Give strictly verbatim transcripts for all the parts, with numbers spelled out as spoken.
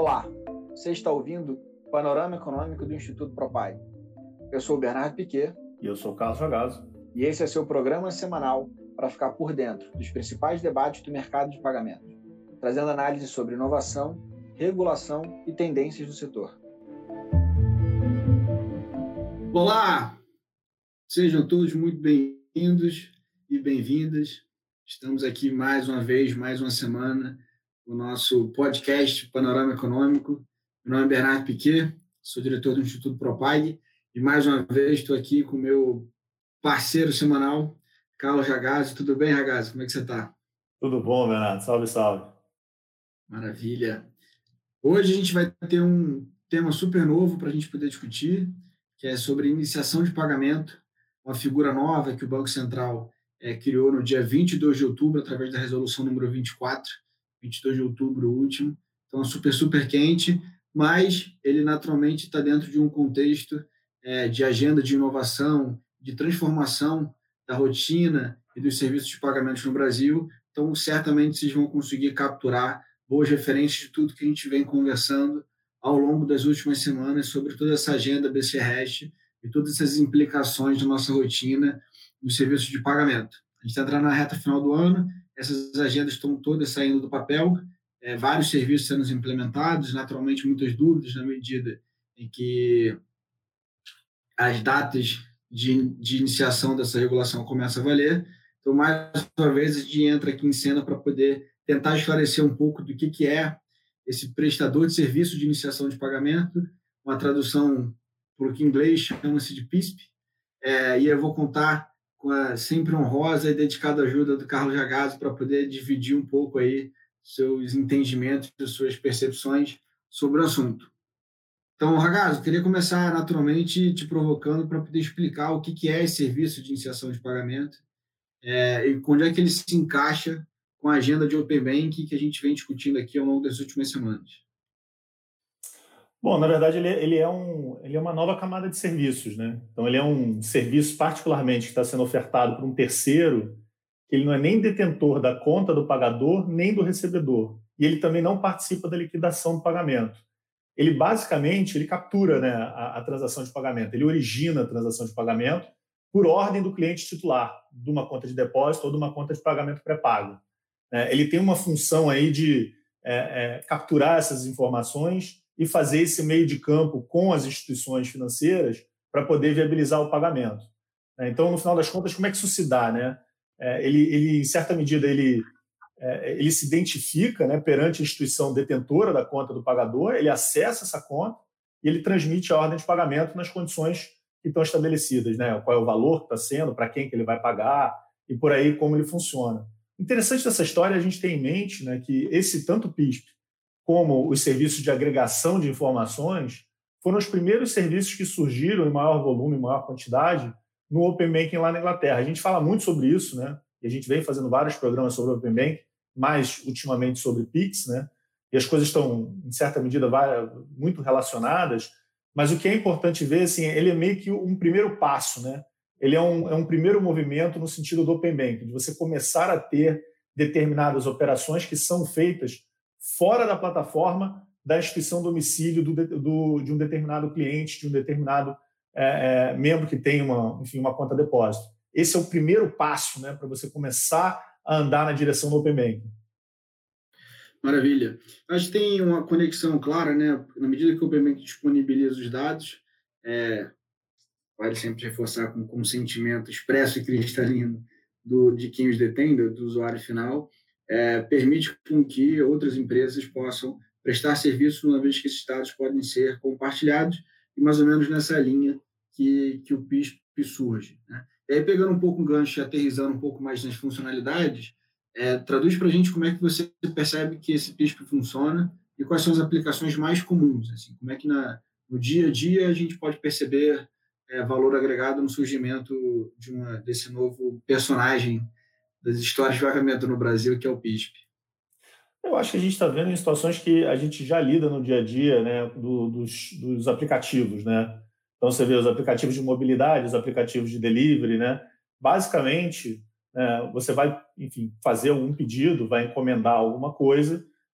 Olá, você está ouvindo o Panorama Econômico do Instituto Propag. Eu sou o Bernardo Piquet. E eu sou o Carlos Ragazzo. E esse é seu programa semanal para ficar por dentro dos principais debates do mercado de pagamentos, trazendo análise sobre inovação, regulação e tendências do setor. Olá! Sejam todos muito bem-vindos e bem-vindas. Estamos aqui mais uma vez, mais uma semana, no nosso podcast Panorama Econômico. Meu nome é Bernardo Piquet, sou diretor do Instituto Propag e mais uma vez estou aqui com o meu parceiro semanal, Carlos Ragazzo. Tudo bem, Ragazzo? Como é que você está? Tudo bom, Bernardo. Salve, salve. Maravilha. Hoje a gente vai ter um tema super novo para a gente poder discutir, que é sobre iniciação de pagamento, uma figura nova que o Banco Central é, criou no dia vinte e dois de outubro, através da resolução número vinte e quatro, vinte e dois de outubro último. Então, super, super quente, mas ele naturalmente está dentro de um contexto é, de agenda de inovação, de transformação da rotina e dos serviços de pagamentos no Brasil. Então, certamente vocês vão conseguir capturar boas referências de tudo que a gente vem conversando ao longo das últimas semanas sobre toda essa agenda B C Hash e todas essas implicações da nossa rotina nos serviços de pagamento. A gente está entrando na reta final do ano, essas agendas estão todas saindo do papel, é, vários serviços sendo implementados, naturalmente muitas dúvidas na medida em que as datas de, de iniciação dessa regulação começam a valer. Então, mais uma vez, a gente entra aqui em cena para poder tentar esclarecer um pouco do que, que é esse prestador de serviço de iniciação de pagamento, uma tradução para o que em inglês chama-se de P I S P, é, e eu vou contar com a sempre honrosa e dedicada ajuda do Carlos Ragazzo para poder dividir um pouco aí seus entendimentos e suas percepções sobre o assunto. Então, Ragazzo, queria começar naturalmente te provocando para poder explicar o que, que é esse serviço de iniciação de pagamento é, e onde é que ele se encaixa com a agenda de Open Banking que a gente vem discutindo aqui ao longo das últimas semanas. Bom, na verdade, ele é, ele é, um, ele é uma nova camada de serviços, né? Então, ele é um serviço particularmente que está sendo ofertado por um terceiro, que ele não é nem detentor da conta do pagador, nem do recebedor. E ele também não participa da liquidação do pagamento. Ele, basicamente, ele captura, né, a, a transação de pagamento. Ele origina a transação de pagamento por ordem do cliente titular, de uma conta de depósito ou de uma conta de pagamento pré-pago. É, ele tem uma função aí de é, é, capturar essas informações e fazer esse meio de campo com as instituições financeiras para poder viabilizar o pagamento. Então, no final das contas, como é que isso se dá, né? Ele, ele em certa medida, ele, ele se identifica, né, perante a instituição detentora da conta do pagador, ele acessa essa conta e ele transmite a ordem de pagamento nas condições que estão estabelecidas, né? Qual é o valor que está sendo, para quem que ele vai pagar e por aí como ele funciona. Interessante dessa história a gente ter em mente, né, que esse tanto o P I S P como os serviços de agregação de informações foram os primeiros serviços que surgiram em maior volume, em maior quantidade, no Open Banking lá na Inglaterra. A gente fala muito sobre isso, né? E a gente vem fazendo vários programas sobre Open Banking, mais ultimamente sobre Pix, né? E as coisas estão, em certa medida, muito relacionadas, mas o que é importante ver, assim, ele é meio que um primeiro passo, né? Ele é um, é um primeiro movimento no sentido do Open Banking, de você começar a ter determinadas operações que são feitas fora da plataforma da instituição domicílio do, do, de um determinado cliente, de um determinado é, é, membro que tem uma, enfim, uma conta depósito. Esse é o primeiro passo, né, para você começar a andar na direção do Open Banking. Maravilha. Acho que tem uma conexão clara, né? Na medida que o Open Banking disponibiliza os dados, é, vale sempre reforçar com consentimento expresso e cristalino do, de quem os detém, do, do usuário final, É, permite com que outras empresas possam prestar serviços, uma vez que esses dados podem ser compartilhados, e mais ou menos nessa linha que, que o P I S P surge, né? E aí, pegando um pouco o gancho e aterrissando um pouco mais nas funcionalidades, é, traduz para a gente como é que você percebe que esse P I S P funciona e quais são as aplicações mais comuns, assim, como é que na, no dia a dia a gente pode perceber é, valor agregado no surgimento de uma, desse novo personagem das histórias de pagamento no Brasil, que é o P I S P. Eu acho que a gente está vendo em situações que a gente já lida no dia a dia, né, do, dos, dos aplicativos, né? Então, você vê os aplicativos de mobilidade, os aplicativos de delivery, né? Basicamente, é, você vai, enfim, fazer algum pedido, vai encomendar alguma coisa,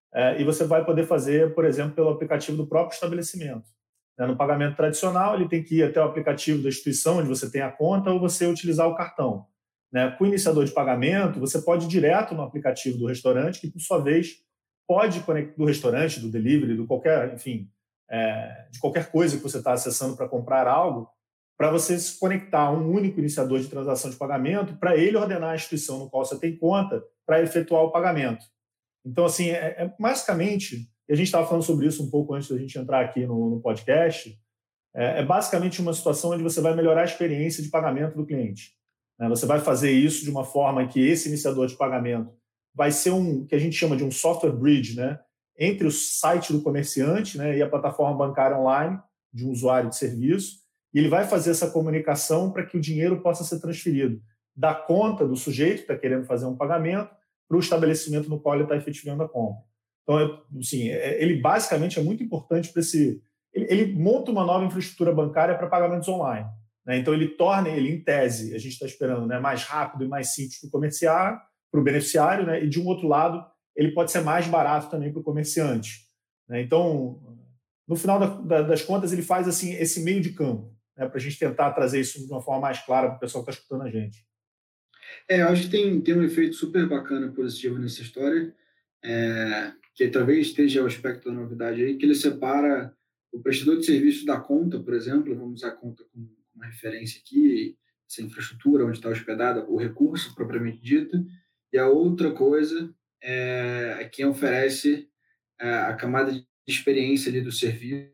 é, e você vai poder fazer, por exemplo, pelo aplicativo do próprio estabelecimento. Né? No pagamento tradicional, ele tem que ir até o aplicativo da instituição onde você tem a conta ou você utilizar o cartão. Né? Com o iniciador de pagamento, você pode ir direto no aplicativo do restaurante, que, por sua vez, pode conectar do restaurante, do delivery, do qualquer, enfim, é, de qualquer coisa que você está acessando para comprar algo, para você se conectar a um único iniciador de transação de pagamento, para ele ordenar a instituição no qual você tem conta para efetuar o pagamento. Então, assim, é, é basicamente, e a gente estava falando sobre isso um pouco antes da gente entrar aqui no, no podcast, é, é basicamente uma situação onde você vai melhorar a experiência de pagamento do cliente. Né? Você vai fazer isso de uma forma que esse iniciador de pagamento vai ser um que a gente chama de um software bridge, né, entre o site do comerciante, né, e a plataforma bancária online de um usuário de serviço, e ele vai fazer essa comunicação para que o dinheiro possa ser transferido da conta do sujeito que está querendo fazer um pagamento para o estabelecimento no qual ele está efetivando a compra. Então, assim, ele basicamente é muito importante para esse... Ele, ele monta uma nova infraestrutura bancária para pagamentos online. Né? Então, ele torna ele, em tese, a gente está esperando, né, mais rápido e mais simples para o comerciário, para o beneficiário, né? E, de um outro lado, ele pode ser mais barato também para o comerciante. Né? Então, no final da, da, das contas, ele faz assim, esse meio de campo, né? Para a gente tentar trazer isso de uma forma mais clara para o pessoal que está escutando a gente. É, eu acho que tem, tem um efeito super bacana, positivo nessa história, é, que talvez esteja o aspecto da novidade aí, que ele separa o prestador de serviço da conta, por exemplo, vamos usar a conta como uma referência aqui, essa infraestrutura onde está hospedada, o recurso propriamente dito, e a outra coisa é quem oferece a camada de experiência ali do serviço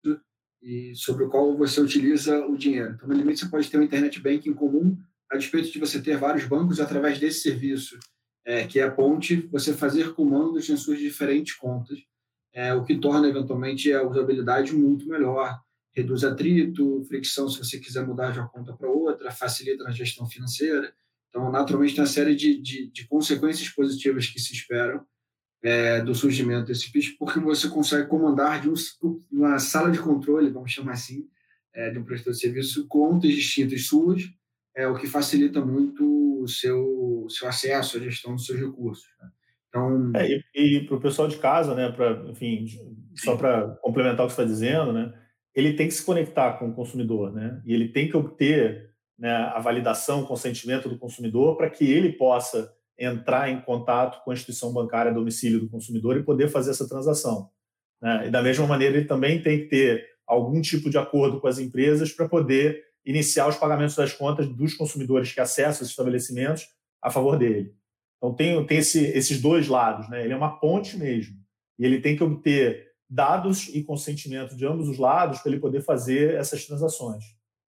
e sobre o qual você utiliza o dinheiro. Então, no limite, você pode ter um internet banking comum, a despeito de você ter vários bancos através desse serviço, é, que é a ponte, você fazer comandos em suas diferentes contas, é, o que torna, eventualmente, a usabilidade muito melhor, reduz atrito, fricção se você quiser mudar de uma conta para outra, facilita na gestão financeira. Então, naturalmente, tem uma série de, de, de consequências positivas que se esperam é, do surgimento desse P I S, porque você consegue comandar de um, uma sala de controle, vamos chamar assim, é, de um prestador de serviço, contas distintas suas, é, o que facilita muito o seu, o seu acesso à gestão dos seus recursos. Né? Então, é, e, e para o pessoal de casa, né, pra, enfim, só para complementar o que você está dizendo, né, ele tem que se conectar com o consumidor, né, e ele tem que obter, né, a validação, o consentimento do consumidor para que ele possa entrar em contato com a instituição bancária a domicílio do consumidor e poder fazer essa transação. Né? E da mesma maneira, ele também tem que ter algum tipo de acordo com as empresas para poder iniciar os pagamentos das contas dos consumidores que acessam esses estabelecimentos a favor dele. Então, tem, tem esse, esses dois lados. Né? Ele é uma ponte mesmo. E ele tem que obter dados e consentimento de ambos os lados para ele poder fazer essas transações.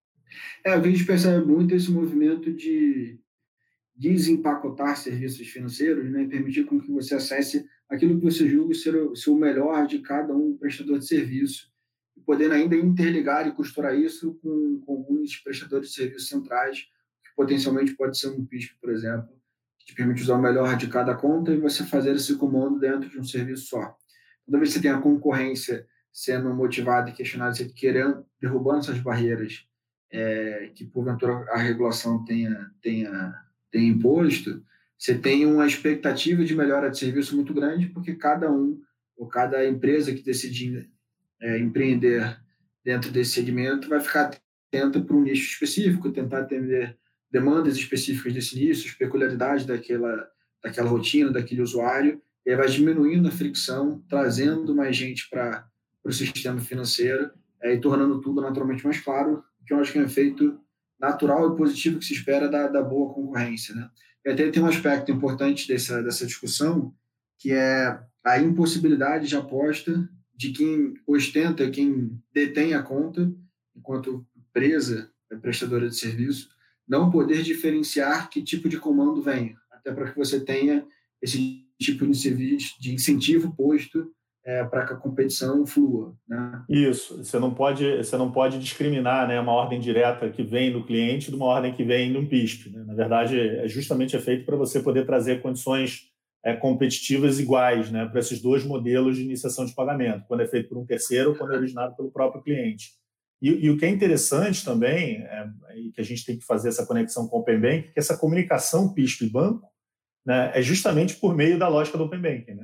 É, o que a gente percebe muito é esse movimento de desempacotar serviços financeiros, né, e permitir com que você acesse aquilo que você julga ser o, ser o melhor de cada um prestador de serviço, e podendo ainda interligar e costurar isso com, com alguns prestadores de serviços centrais, que potencialmente pode ser um P I S P, por exemplo, que te permite usar o melhor de cada conta e você fazer esse comando dentro de um serviço só. Toda vez que você tem a concorrência sendo motivada e questionada, você querendo, derrubando essas barreiras é, que, porventura, a regulação tenha, tenha, tenha imposto, você tem uma expectativa de melhora de serviço muito grande, porque cada um, ou cada empresa que decidir é, empreender dentro desse segmento vai ficar atenta para um nicho específico, tentar atender demandas específicas desse nicho, peculiaridades daquela, daquela rotina, daquele usuário, e aí vai diminuindo a fricção, trazendo mais gente para o sistema financeiro é, e tornando tudo naturalmente mais claro, que eu acho que é um efeito natural e positivo que se espera da, da boa concorrência. Né? E até tem um aspecto importante dessa, dessa discussão, que é a impossibilidade de aposta de quem ostenta, quem detém a conta, enquanto empresa, prestadora de serviço, não poder diferenciar que tipo de comando vem, até para que você tenha esse tipo de incentivo posto é, para que a competição flua. Né? Isso, você não pode, você não pode discriminar, né, uma ordem direta que vem do cliente de uma ordem que vem de um P I S P. Né? Na verdade, é justamente é feito para você poder trazer condições é, competitivas iguais, né, para esses dois modelos de iniciação de pagamento, quando é feito por um terceiro ou quando é originado pelo próprio cliente. E, e o que é interessante também, é, e que a gente tem que fazer essa conexão com o Open Banking, que essa comunicação P I S P e banco, né, é justamente por meio da lógica do Open Banking. Né?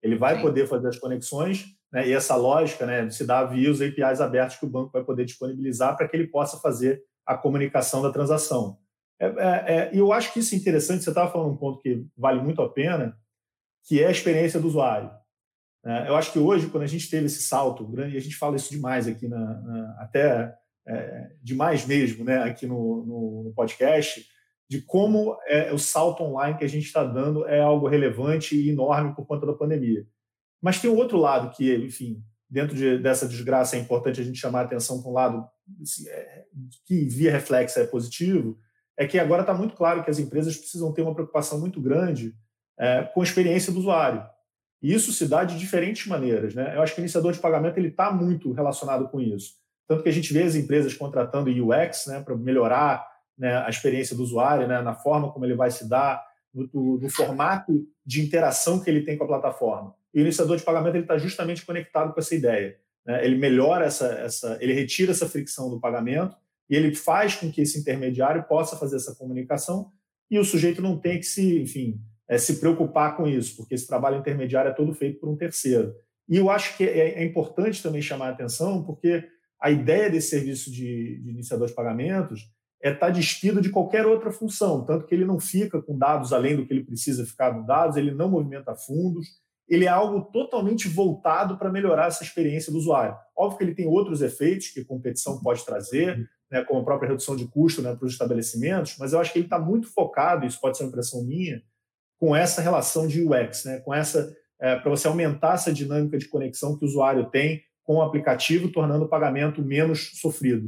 Ele vai Sim. poder fazer as conexões, né, e essa lógica, né, se dá via os A P Is abertos que o banco vai poder disponibilizar para que ele possa fazer a comunicação da transação. E é, é, eu acho que isso é interessante, você estava falando um ponto que vale muito a pena, que é a experiência do usuário. Eu acho que hoje, quando a gente teve esse salto grande, e a gente fala isso demais aqui, na, na, até é, demais mesmo, né, aqui no, no, no podcast, de como é, o salto online que a gente está dando é algo relevante e enorme por conta da pandemia. Mas tem o outro lado que, enfim, dentro de, dessa desgraça é importante a gente chamar a atenção para um lado assim, é, que, via reflexo, é positivo, é que agora está muito claro que as empresas precisam ter uma preocupação muito grande é, com a experiência do usuário. E isso se dá de diferentes maneiras, né? Eu acho que o iniciador de pagamento ele está muito relacionado com isso. Tanto que a gente vê as empresas contratando U X, né, para melhorar, né, a experiência do usuário, né, na forma como ele vai se dar, no, no formato de interação que ele tem com a plataforma. E o iniciador de pagamento está justamente conectado com essa ideia, né? Ele melhora essa, essa, ele retira essa fricção do pagamento e ele faz com que esse intermediário possa fazer essa comunicação e o sujeito não tem que se, enfim, é, se preocupar com isso, porque esse trabalho intermediário é todo feito por um terceiro. E eu acho que é, é importante também chamar a atenção, porque a ideia desse serviço de, de iniciador de pagamentos é estar despido de qualquer outra função, tanto que ele não fica com dados além do que ele precisa ficar com dados, ele não movimenta fundos, ele é algo totalmente voltado para melhorar essa experiência do usuário. Óbvio que ele tem outros efeitos que a competição pode trazer, né, como a própria redução de custo, né, para os estabelecimentos, mas eu acho que ele está muito focado, isso pode ser uma impressão minha, com essa relação de U X, né, com essa, é, para você aumentar essa dinâmica de conexão que o usuário tem com o aplicativo, tornando o pagamento menos sofrido.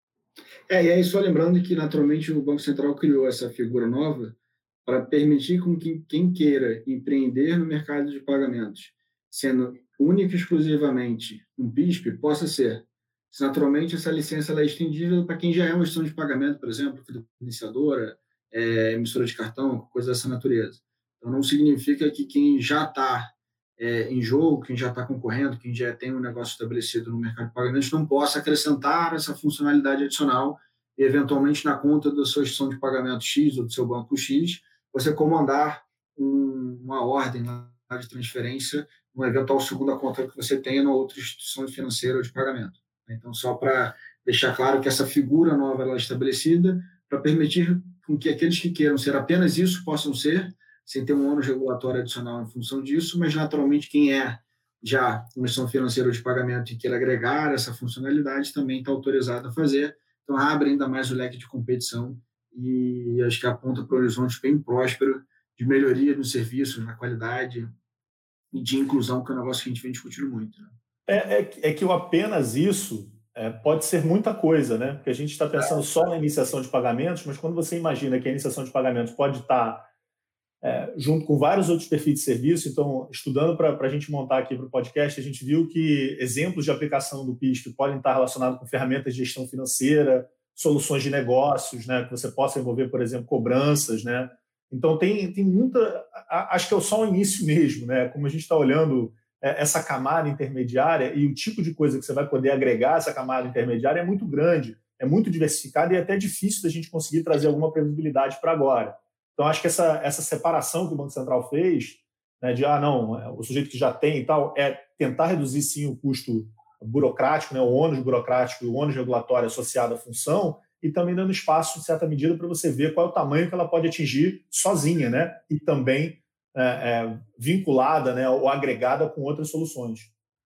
É, e aí só lembrando que, naturalmente, o Banco Central criou essa figura nova para permitir com que quem queira empreender no mercado de pagamentos, sendo única e exclusivamente um P I S P, possa ser. Naturalmente, essa licença ela é estendível para quem já é uma instituição de pagamento, por exemplo, iniciadora, é, emissora de cartão, coisa dessa natureza. Então, não significa que quem já está é, em jogo, quem já está concorrendo, quem já tem um negócio estabelecido no mercado de pagamentos, não possa acrescentar essa funcionalidade adicional e, eventualmente, na conta da sua instituição de pagamento X ou do seu banco X, você comandar um, uma ordem lá de transferência, uma eventual segunda conta que você tenha na outra instituição financeira ou de pagamento. Então, só para deixar claro que essa figura nova ela é estabelecida para permitir com que aqueles que queiram ser apenas isso possam ser, sem ter um ônus regulatório adicional em função disso, mas, naturalmente, quem é já uma instituição financeira de pagamento e queira agregar essa funcionalidade também está autorizado a fazer. Então, abre ainda mais o leque de competição e acho que aponta para um horizonte bem próspero de melhoria nos serviços, na qualidade e de inclusão, que é um negócio que a gente vem discutindo muito. Né? É, é, é que o apenas isso é, pode ser muita coisa, né? Porque a gente está pensando só na iniciação de pagamentos, mas quando você imagina que a iniciação de pagamentos pode estar É, junto com vários outros perfis de serviço. Então, estudando para a gente montar aqui para o podcast, a gente viu que exemplos de aplicação do P I S P podem estar relacionados com ferramentas de gestão financeira, soluções de negócios, né, que você possa envolver, por exemplo, cobranças. Né? Então, tem, tem muita... Acho que é só o início mesmo, né? Como a gente está olhando essa camada intermediária e o tipo de coisa que você vai poder agregar essa camada intermediária é muito grande, é muito diversificado e é até difícil da gente conseguir trazer alguma previsibilidade para agora. Então, acho que essa, essa separação que o Banco Central fez, né, de, ah, não, o sujeito que já tem e tal, é tentar reduzir, sim, o custo burocrático, né, o ônus burocrático e o ônus regulatório associado à função, e também dando espaço, em certa medida, para você ver qual é o tamanho que ela pode atingir sozinha, né, e também é, é, vinculada, né, ou agregada com outras soluções.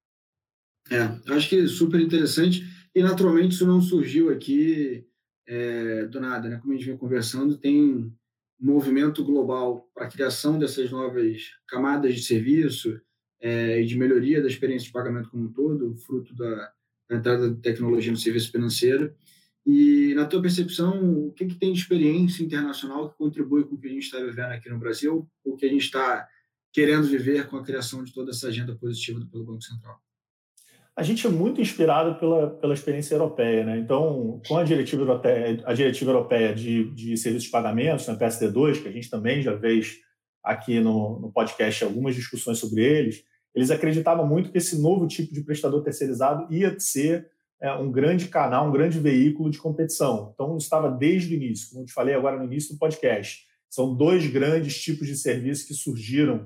É, acho que é super interessante, e, naturalmente, isso não surgiu aqui é, do nada, né, como a gente vem conversando, tem movimento global para a criação dessas novas camadas de serviço é, e de melhoria da experiência de pagamento como um todo, fruto da, da entrada da tecnologia no serviço financeiro. E, na tua percepção, o que, que tem de experiência internacional que contribui com o que a gente está vivendo aqui no Brasil, ou que a gente está querendo viver com a criação de toda essa agenda positiva pelo Banco Central? A gente é muito inspirado pela, pela experiência europeia, né? Então, com a diretiva europeia, a diretiva europeia de, de serviços de pagamentos, na P S D dois, que a gente também já fez aqui no, no podcast algumas discussões sobre eles, eles acreditavam muito que esse novo tipo de prestador terceirizado ia ser é, um grande canal, um grande veículo de competição. Então, estava desde o início, como eu te falei agora no início do podcast. São dois grandes tipos de serviços que surgiram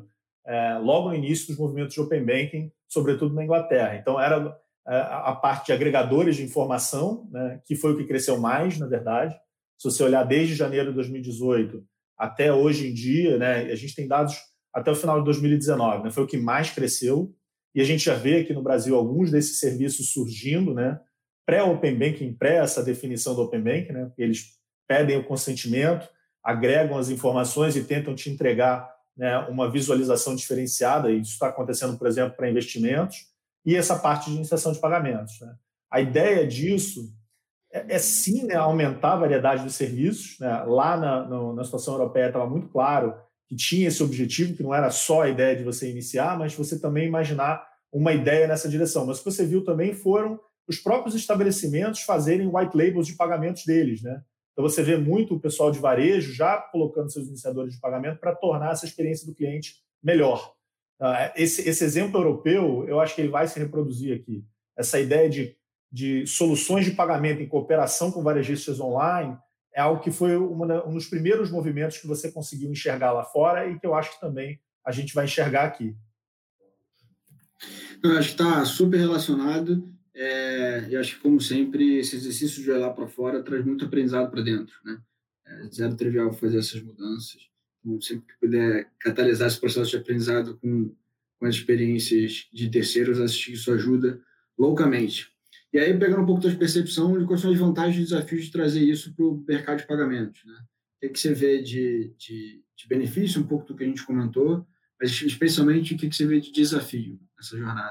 é, logo no início dos movimentos de Open Banking, sobretudo na Inglaterra. Então, era a, a parte de agregadores de informação, né, que foi o que cresceu mais, na verdade. Se você olhar desde janeiro de dois mil e dezoito até hoje em dia, né, a gente tem dados até o final de dois mil e dezenove, né, foi o que mais cresceu, e a gente já vê aqui no Brasil alguns desses serviços surgindo, né, pré-Open Banking, pré essa definição do Open Banking, né, eles pedem o consentimento, agregam as informações e tentam te entregar, né, uma visualização diferenciada, e isso está acontecendo, por exemplo, para investimentos, e essa parte de iniciação de pagamentos. Né. A ideia disso é, é sim, né, aumentar a variedade dos serviços. Né. Lá na, no, na situação europeia estava muito claro que tinha esse objetivo, que não era só a ideia de você iniciar, mas você também imaginar uma ideia nessa direção. Mas o que você viu também foram os próprios estabelecimentos fazerem white labels de pagamentos deles. Né. Então você vê muito o pessoal de varejo já colocando seus iniciadores de pagamento para tornar essa experiência do cliente melhor. Esse, esse exemplo europeu, eu acho que ele vai se reproduzir aqui. Essa ideia de, de soluções de pagamento em cooperação com varejistas online é algo que foi uma, um dos primeiros movimentos que você conseguiu enxergar lá fora e que eu acho que também a gente vai enxergar aqui. Eu acho que está super relacionado. É, eu acho que, como sempre, esse exercício de olhar para fora traz muito aprendizado para dentro. Né? É zero trivial fazer essas mudanças. Então, sempre que puder catalisar esse processo de aprendizado com, com as experiências de terceiros, acho que isso ajuda loucamente. E aí, pegando um pouco da percepção de quais são as vantagens e desafios de trazer isso para o mercado de pagamentos. Né? O que, é que você vê de, de, de benefício, um pouco do que a gente comentou, mas especialmente o que, é que você vê de desafio nessa jornada?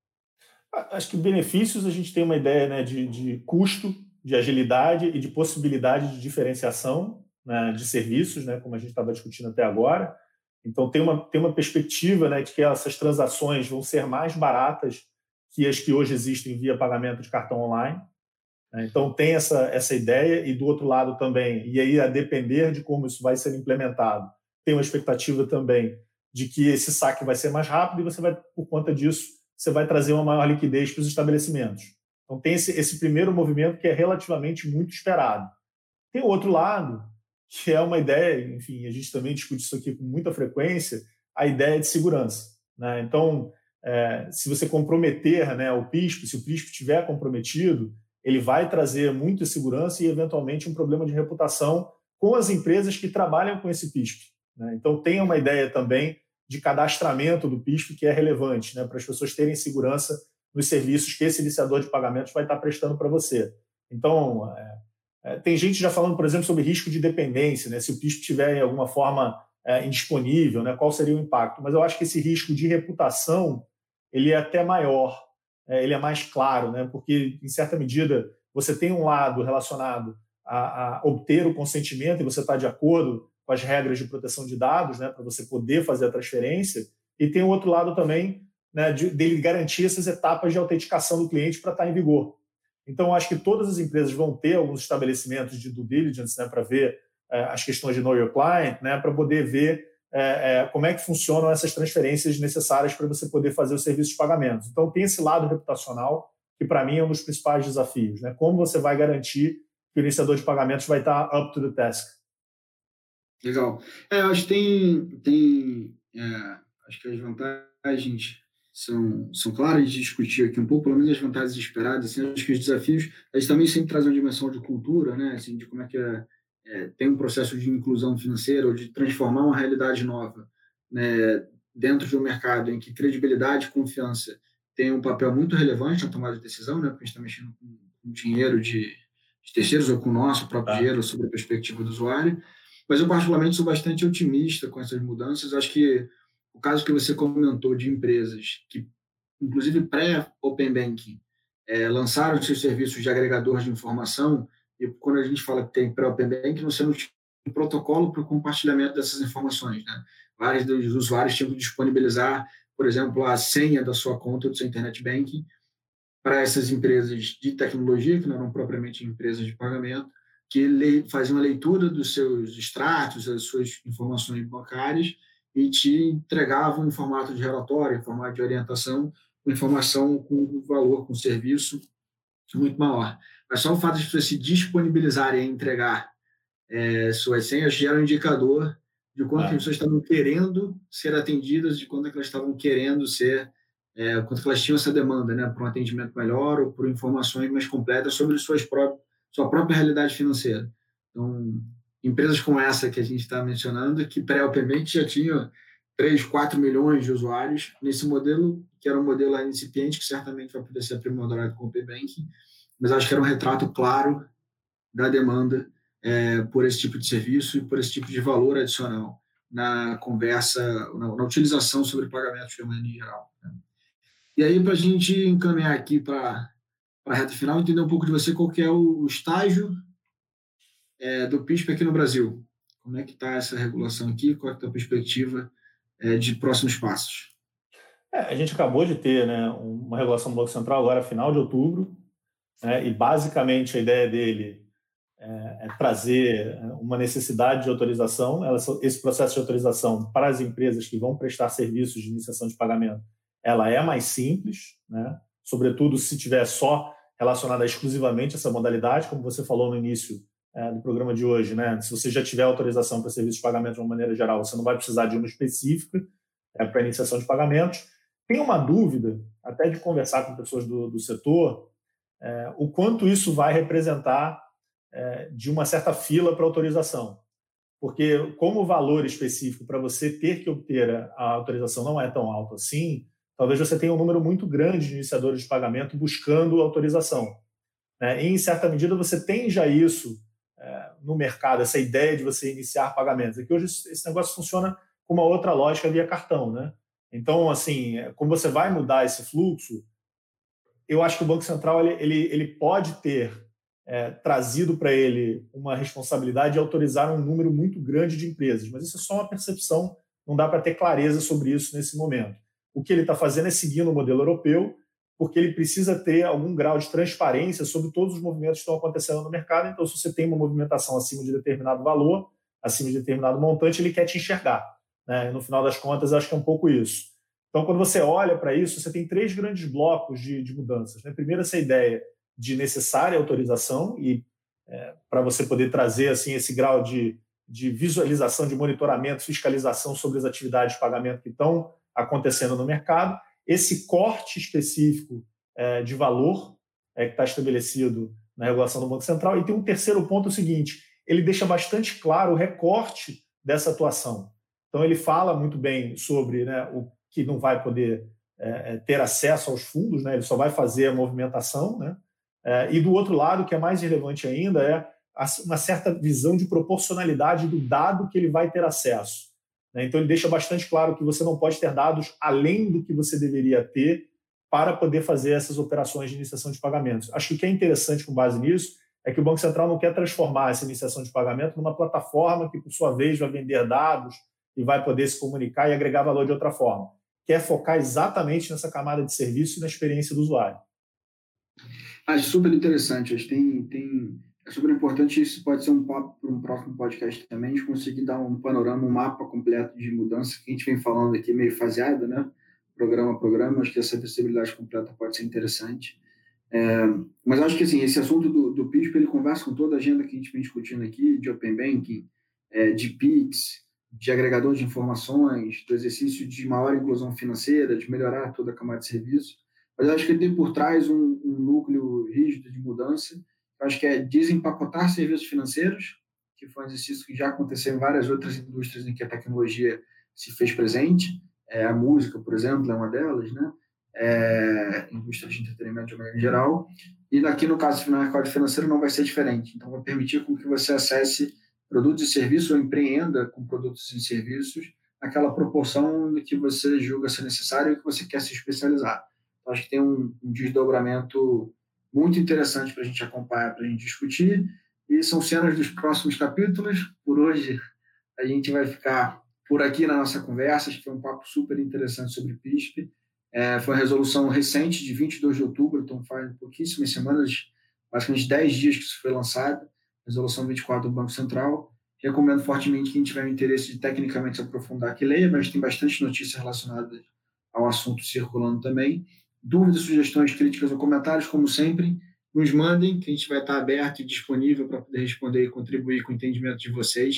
Acho que benefícios a gente tem uma ideia, né, de, de custo, de agilidade e de possibilidade de diferenciação, né, de serviços, né, como a gente estava discutindo até agora. Então, tem uma, tem uma perspectiva, né, de que essas transações vão ser mais baratas que as que hoje existem via pagamento de cartão online. Né? Então, tem essa, essa ideia, e do outro lado também, e aí a depender de como isso vai ser implementado, tem uma expectativa também de que esse saque vai ser mais rápido e você vai, por conta disso, você vai trazer uma maior liquidez para os estabelecimentos. Então, tem esse, esse primeiro movimento que é relativamente muito esperado. Tem o outro lado, que é uma ideia, enfim, a gente também discute isso aqui com muita frequência, a ideia de segurança. Né? Então, é, se você comprometer, né, o P I S P, se o P I S P estiver comprometido, ele vai trazer muita segurança e, eventualmente, um problema de reputação com as empresas que trabalham com esse P I S P. Né? Então, tem uma ideia também de cadastramento do P I S P que é relevante, né, para as pessoas terem segurança nos serviços que esse iniciador de pagamentos vai estar prestando para você. Então, é, é, tem gente já falando, por exemplo, sobre risco de dependência, né, se o P I S P estiver, em alguma forma, é, indisponível, né, qual seria o impacto. Mas eu acho que esse risco de reputação ele é até maior, é, ele é mais claro, né, porque, em certa medida, você tem um lado relacionado a, a obter o consentimento e você está de acordo com as regras de proteção de dados, né, para você poder fazer a transferência, e tem o outro lado também, né, de, dele garantir essas etapas de autenticação do cliente para estar em vigor. Então, acho que todas as empresas vão ter alguns estabelecimentos de due diligence, né, para ver é, as questões de know your client, né, para poder ver é, é, como é que funcionam essas transferências necessárias para você poder fazer o serviço de pagamentos. Então, tem esse lado reputacional, que para mim é um dos principais desafios. Né? Como você vai garantir que o iniciador de pagamentos vai estar up to the task? Legal. É, eu acho que tem, tem é, acho que as vantagens são, são claras de discutir aqui um pouco, pelo menos as vantagens esperadas. Assim, acho que os desafios, a gente também sempre traz uma dimensão de cultura, né, assim, de como é que é, é, tem um processo de inclusão financeira ou de transformar uma realidade nova, né, dentro de um mercado em que credibilidade e confiança tem um papel muito relevante na tomada de decisão, né, porque a gente está mexendo com, com dinheiro de, de terceiros ou com o nosso próprio ah. dinheiro sobre a perspectiva do usuário. Mas eu, particularmente, sou bastante otimista com essas mudanças. Acho que o caso que você comentou de empresas que, inclusive pré-Open Banking, é, lançaram seus serviços de agregador de informação, e quando a gente fala que tem pré-Open Banking, você não tinha um protocolo para o compartilhamento dessas informações. Né? Vários dos usuários tinham que disponibilizar, por exemplo, a senha da sua conta do seu Internet Banking para essas empresas de tecnologia, que não eram propriamente empresas de pagamento, que faziam a leitura dos seus extratos, das suas informações bancárias e te entregavam em formato de relatório, em formato de orientação, com informação com valor, com serviço muito maior. Mas só o fato de as pessoas se disponibilizarem a entregar é, suas senhas gera um indicador de quanto Ah. as pessoas estavam querendo ser atendidas, de quanto elas estavam querendo ser, é, quanto elas tinham essa demanda, né, para um atendimento melhor ou por informações mais completas sobre suas próprias, sua própria realidade financeira. Então, empresas como essa que a gente está mencionando, que pré-Open já tinham três, quatro milhões de usuários nesse modelo, que era um modelo incipiente, que certamente vai poder ser aprimorado com o Open Banking, mas acho que era um retrato claro da demanda é, por esse tipo de serviço e por esse tipo de valor adicional na conversa, na, na utilização sobre pagamentos de maneira geral. Né? E aí, para a gente encaminhar aqui para a reta final, entender um pouco de você, qual que é o, o estágio é, do P I S P aqui no Brasil. Como é que está essa regulação aqui? Qual é a tua perspectiva é, de próximos passos? É, a gente acabou de ter, né, uma regulação do Banco Central agora, final de outubro, né, e basicamente a ideia dele é, é trazer uma necessidade de autorização. Ela, esse processo de autorização para as empresas que vão prestar serviços de iniciação de pagamento, ela é mais simples, né, sobretudo se tiver só relacionada exclusivamente a essa modalidade, como você falou no início é, do programa de hoje, né, se você já tiver autorização para serviços de pagamento de uma maneira geral, você não vai precisar de uma específica é, para iniciação de pagamentos. Tem uma dúvida, até de conversar com pessoas do, do setor, é, o quanto isso vai representar é, de uma certa fila para autorização. Porque como o valor específico para você ter que obter a autorização não é tão alto assim, talvez você tenha um número muito grande de iniciadores de pagamento buscando autorização. Né? E, em certa medida, você tem já isso é, no mercado, essa ideia de você iniciar pagamentos. É que hoje esse negócio funciona com uma outra lógica via cartão, né? Então, assim, como você vai mudar esse fluxo, eu acho que o Banco Central ele, ele, ele pode ter é, trazido para ele uma responsabilidade de autorizar um número muito grande de empresas, mas isso é só uma percepção, não dá para ter clareza sobre isso nesse momento. O que ele está fazendo é seguindo o modelo europeu, porque ele precisa ter algum grau de transparência sobre todos os movimentos que estão acontecendo no mercado. Então, se você tem uma movimentação acima de determinado valor, acima de determinado montante, ele quer te enxergar. Né? No final das contas, acho que é um pouco isso. Então, quando você olha para isso, você tem três grandes blocos de, de mudanças. Né? Primeiro, essa ideia de necessária autorização, e é, para você poder trazer assim, esse grau de, de visualização, de monitoramento, fiscalização sobre as atividades de pagamento que estão acontecendo no mercado. Esse corte específico é, de valor é, que está estabelecido na regulação do Banco Central. E tem um terceiro ponto, o seguinte, ele deixa bastante claro o recorte dessa atuação. Então, ele fala muito bem sobre, né, o que não vai poder é, ter acesso aos fundos, né, ele só vai fazer a movimentação. Né, é, e, do outro lado, o que é mais relevante ainda é uma certa visão de proporcionalidade do dado que ele vai ter acesso. Né, então, ele deixa bastante claro que você não pode ter dados além do que você deveria ter para poder fazer essas operações de iniciação de pagamentos. Acho que o que é interessante com base nisso é que o Banco Central não quer transformar essa iniciação de pagamento numa plataforma que, por sua vez, vai vender dados e vai poder se comunicar e agregar valor de outra forma. Quer focar exatamente nessa camada de serviço e na experiência do usuário. Acho super interessante. Acho que tem, tem, é super importante. Isso pode ser um papo para um próximo podcast também, de conseguir dar um panorama, um mapa completo de mudança que a gente vem falando aqui, meio faseado, né? Programa a programa. Acho que essa visibilidade completa pode ser interessante. É, mas acho que assim, esse assunto do, do P I S P, ele conversa com toda a agenda que a gente vem discutindo aqui, de Open Banking, é, de Pix, de agregador de informações, do exercício de maior inclusão financeira, de melhorar toda a camada de serviço. Mas eu acho que ele tem por trás um, um núcleo rígido de mudança. Eu acho que é desempacotar serviços financeiros, que foi um exercício que já aconteceu em várias outras indústrias em que a tecnologia se fez presente. É, a música, por exemplo, é uma delas, né? É, indústria de entretenimento de maneira geral. E aqui, no caso do mercado financeiro, não vai ser diferente. Então, vai permitir com que você acesse produtos e serviços ou empreenda com produtos e serviços naquela proporção que você julga ser necessário e que você quer se especializar. Então, acho que tem um, um desdobramento muito interessante para a gente acompanhar, para a gente discutir, e são cenas dos próximos capítulos. Por hoje, a gente vai ficar por aqui na nossa conversa. Acho que foi um papo super interessante sobre P I S P. É, foi uma resolução recente, de vinte e dois de outubro, então faz pouquíssimas semanas, basicamente dez dias que isso foi lançado. Resolução vinte e quatro do Banco Central. Recomendo fortemente que quem tiver interesse de tecnicamente se aprofundar que leia, mas tem bastante notícias relacionadas ao assunto circulando também. Dúvidas, sugestões, críticas ou comentários, como sempre, nos mandem, que a gente vai estar aberto e disponível para poder responder e contribuir com o entendimento de vocês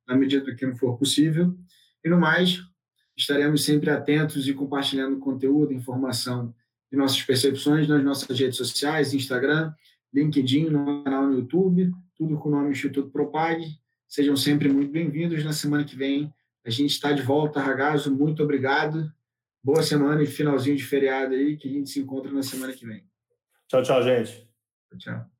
na medida do que não for possível. E no mais, estaremos sempre atentos e compartilhando conteúdo, informação de nossas percepções nas nossas redes sociais, Instagram, LinkedIn, no canal no YouTube, tudo com o nome Instituto Propag. Sejam sempre muito bem-vindos. Na semana que vem a gente está de volta. Ragazzo, muito obrigado. Boa semana e finalzinho de feriado aí, que a gente se encontra na semana que vem. Tchau, tchau, gente. Tchau.